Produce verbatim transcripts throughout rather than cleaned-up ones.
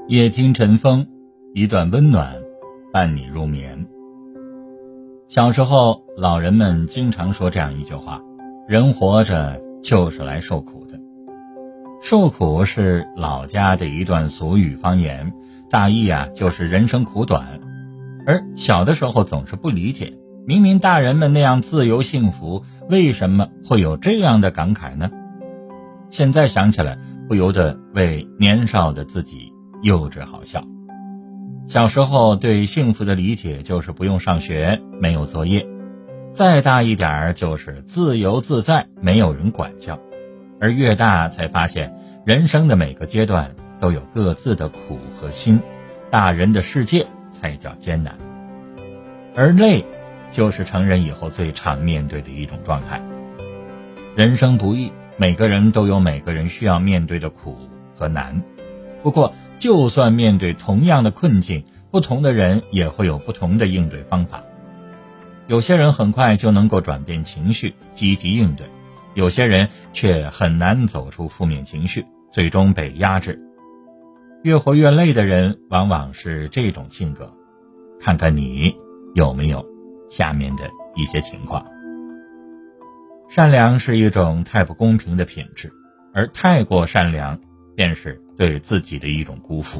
夜听晨风，一段温暖伴你入眠。小时候，老人们经常说这样一句话：人活着就是来受苦的。受苦是老家的一段俗语方言，大意啊就是人生苦短。而小的时候总是不理解，明明大人们那样自由幸福，为什么会有这样的感慨呢？现在想起来，不由得为年少的自己幼稚好笑。小时候对幸福的理解就是不用上学，没有作业，再大一点就是自由自在，没有人管教。而越大才发现，人生的每个阶段都有各自的苦和辛，大人的世界才叫艰难。而累就是成人以后最常面对的一种状态。人生不易，每个人都有每个人需要面对的苦和难。不过就算面对同样的困境，不同的人也会有不同的应对方法。有些人很快就能够转变情绪，积极应对，有些人却很难走出负面情绪，最终被压制。越活越累的人往往是这种性格。看看你有没有下面的一些情况。善良是一种太不公平的品质，而太过善良便是对自己的一种辜负。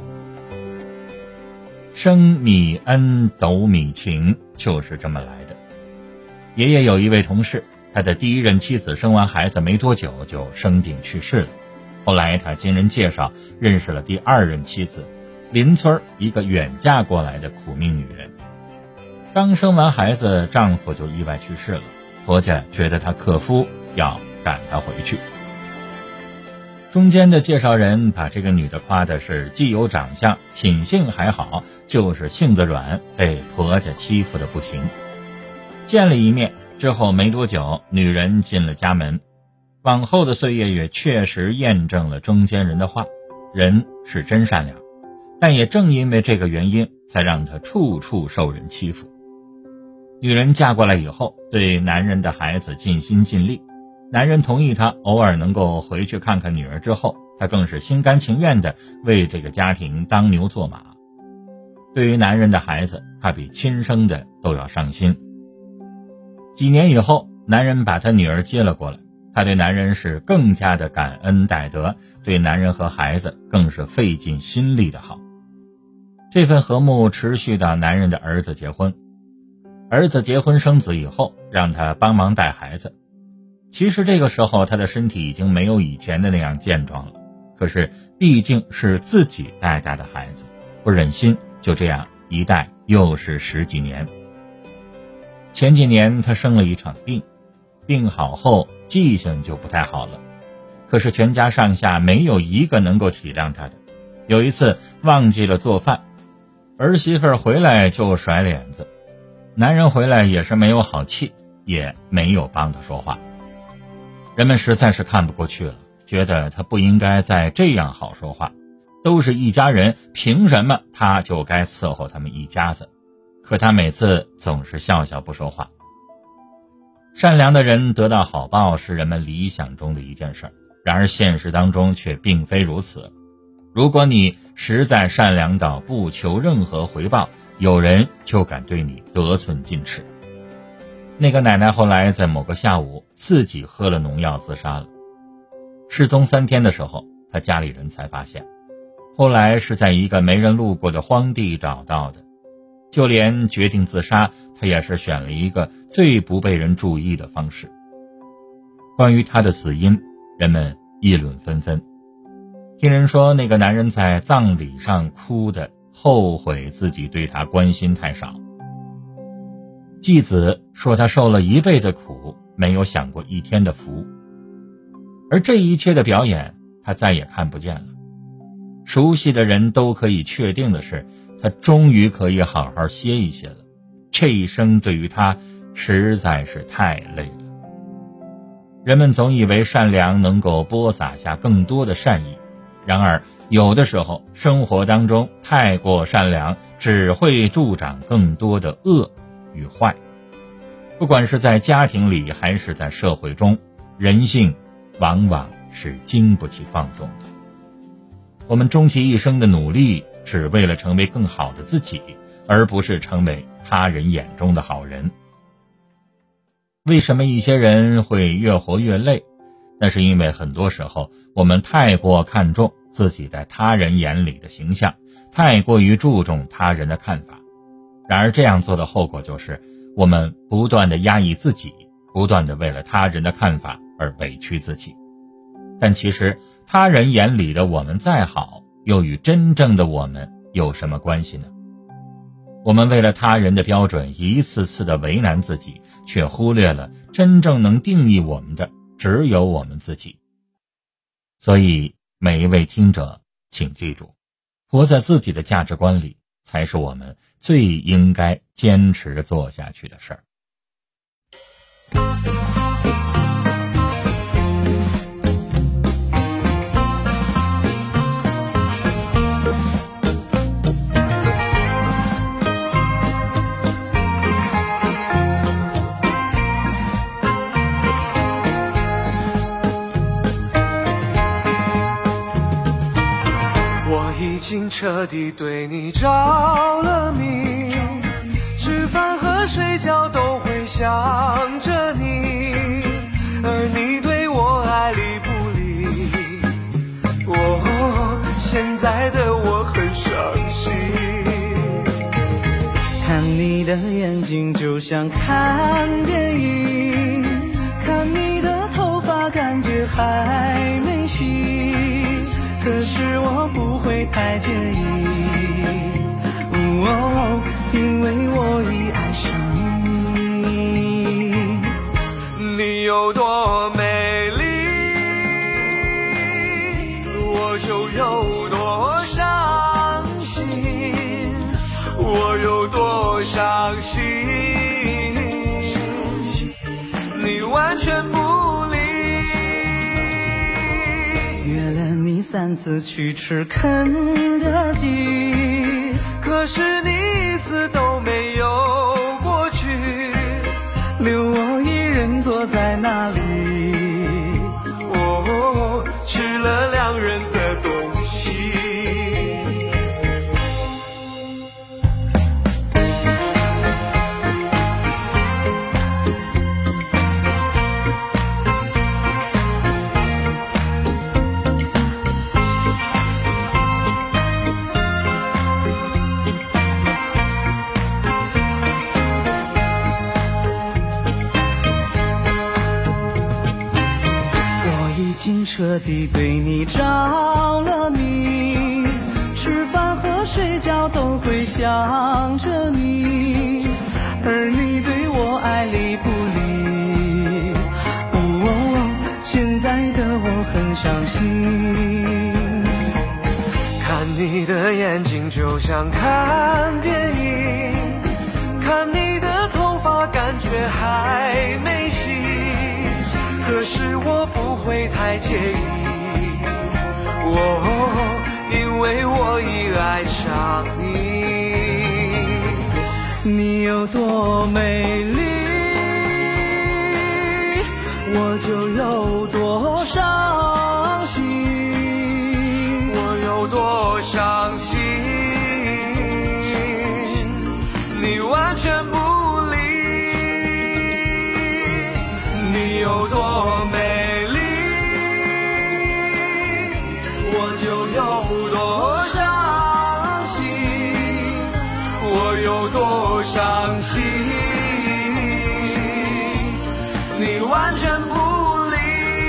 生米恩，斗米情，就是这么来的。爷爷有一位同事，他的第一任妻子生完孩子没多久就生病去世了。后来他经人介绍认识了第二任妻子，邻村一个远嫁过来的苦命女人。刚生完孩子，丈夫就意外去世了，婆家觉得他克夫，要赶他回去。中间的介绍人把这个女的夸的是既有长相，品性还好，就是性子软，被婆家欺负的不行。见了一面之后没多久，女人进了家门。往后的岁月也确实验证了中间人的话，人是真善良，但也正因为这个原因，才让她处处受人欺负。女人嫁过来以后，对男人的孩子尽心尽力，男人同意她偶尔能够回去看看女儿之后，她更是心甘情愿地为这个家庭当牛做马。对于男人的孩子，她比亲生的都要上心。几年以后，男人把他女儿接了过来，他对男人是更加的感恩戴德，对男人和孩子更是费尽心力的好。这份和睦持续到男人的儿子结婚。儿子结婚生子以后，让他帮忙带孩子。其实这个时候他的身体已经没有以前的那样健壮了，可是毕竟是自己带大的孩子，不忍心就这样一带又是十几年。前几年他生了一场病，病好后记性就不太好了，可是全家上下没有一个能够体谅他的。有一次忘记了做饭，儿媳妇回来就甩脸子，男人回来也是没有好气，也没有帮他说话。人们实在是看不过去了，觉得他不应该再这样好说话，都是一家人，凭什么他就该伺候他们一家子？可他每次总是笑笑不说话。善良的人得到好报是人们理想中的一件事，然而现实当中却并非如此。如果你实在善良到不求任何回报，有人就敢对你得寸进尺。那个奶奶后来在某个下午自己喝了农药自杀了。失踪三天的时候，她家里人才发现，后来是在一个没人路过的荒地找到的。就连决定自杀，她也是选了一个最不被人注意的方式。关于她的死因，人们议论纷纷。听人说那个男人在葬礼上哭的后悔自己对他关心太少。继子说他受了一辈子苦，没有享过一天的福。而这一切的表演，他再也看不见了。熟悉的人都可以确定的是，他终于可以好好歇一歇了。这一生对于他实在是太累了。人们总以为善良能够播撒下更多的善意，然而有的时候生活当中太过善良，只会助长更多的恶与坏。不管是在家庭里还是在社会中，人性往往是经不起放纵的。我们终其一生的努力只为了成为更好的自己，而不是成为他人眼中的好人。为什么一些人会越活越累？那是因为很多时候我们太过看重自己在他人眼里的形象，太过于注重他人的看法。然而这样做的后果就是我们不断地压抑自己，不断地为了他人的看法而委屈自己。但其实他人眼里的我们再好，又与真正的我们有什么关系呢？我们为了他人的标准一次次地为难自己，却忽略了真正能定义我们的只有我们自己。所以每一位听者请记住，活在自己的价值观里，才是我们最应该坚持做下去的事儿。 已经彻底对你着了迷，吃饭和睡觉都会想着你，而你对我爱理不理。哦，现在的我很伤心。看你的眼睛就像看电影，看你的头发感觉还没洗，可是我不会太介意，哦，因为我已爱上你。你有多美丽，我就有多伤心，我有多伤心，你完全不三次去吃肯德基，可是你一次都没有过去，留我一人坐在那里，哦，吃了两人的东西。彻底对你着了迷，吃饭和睡觉都会想着你，而你对我爱理不理。哦，现在的我很伤心。看你的眼睛就像看电影，看你的头发感觉还没洗，可是我不会太介意，哦，因为我已爱上你。你有多美丽，我就有多伤心，我有多伤心，你完全不理。你有多美丽，我就有多伤心，我有多伤心，你完全不理。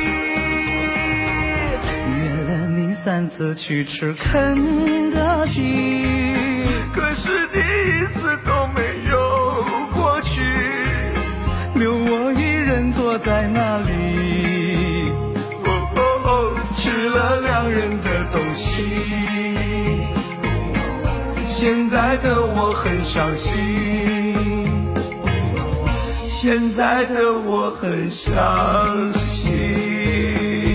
约了你三次去吃肯德基，可是你一次都没有过去，留我一人坐在那里，哦哦哦，吃了两人的东西。现在的我很伤心，现在的我很伤心。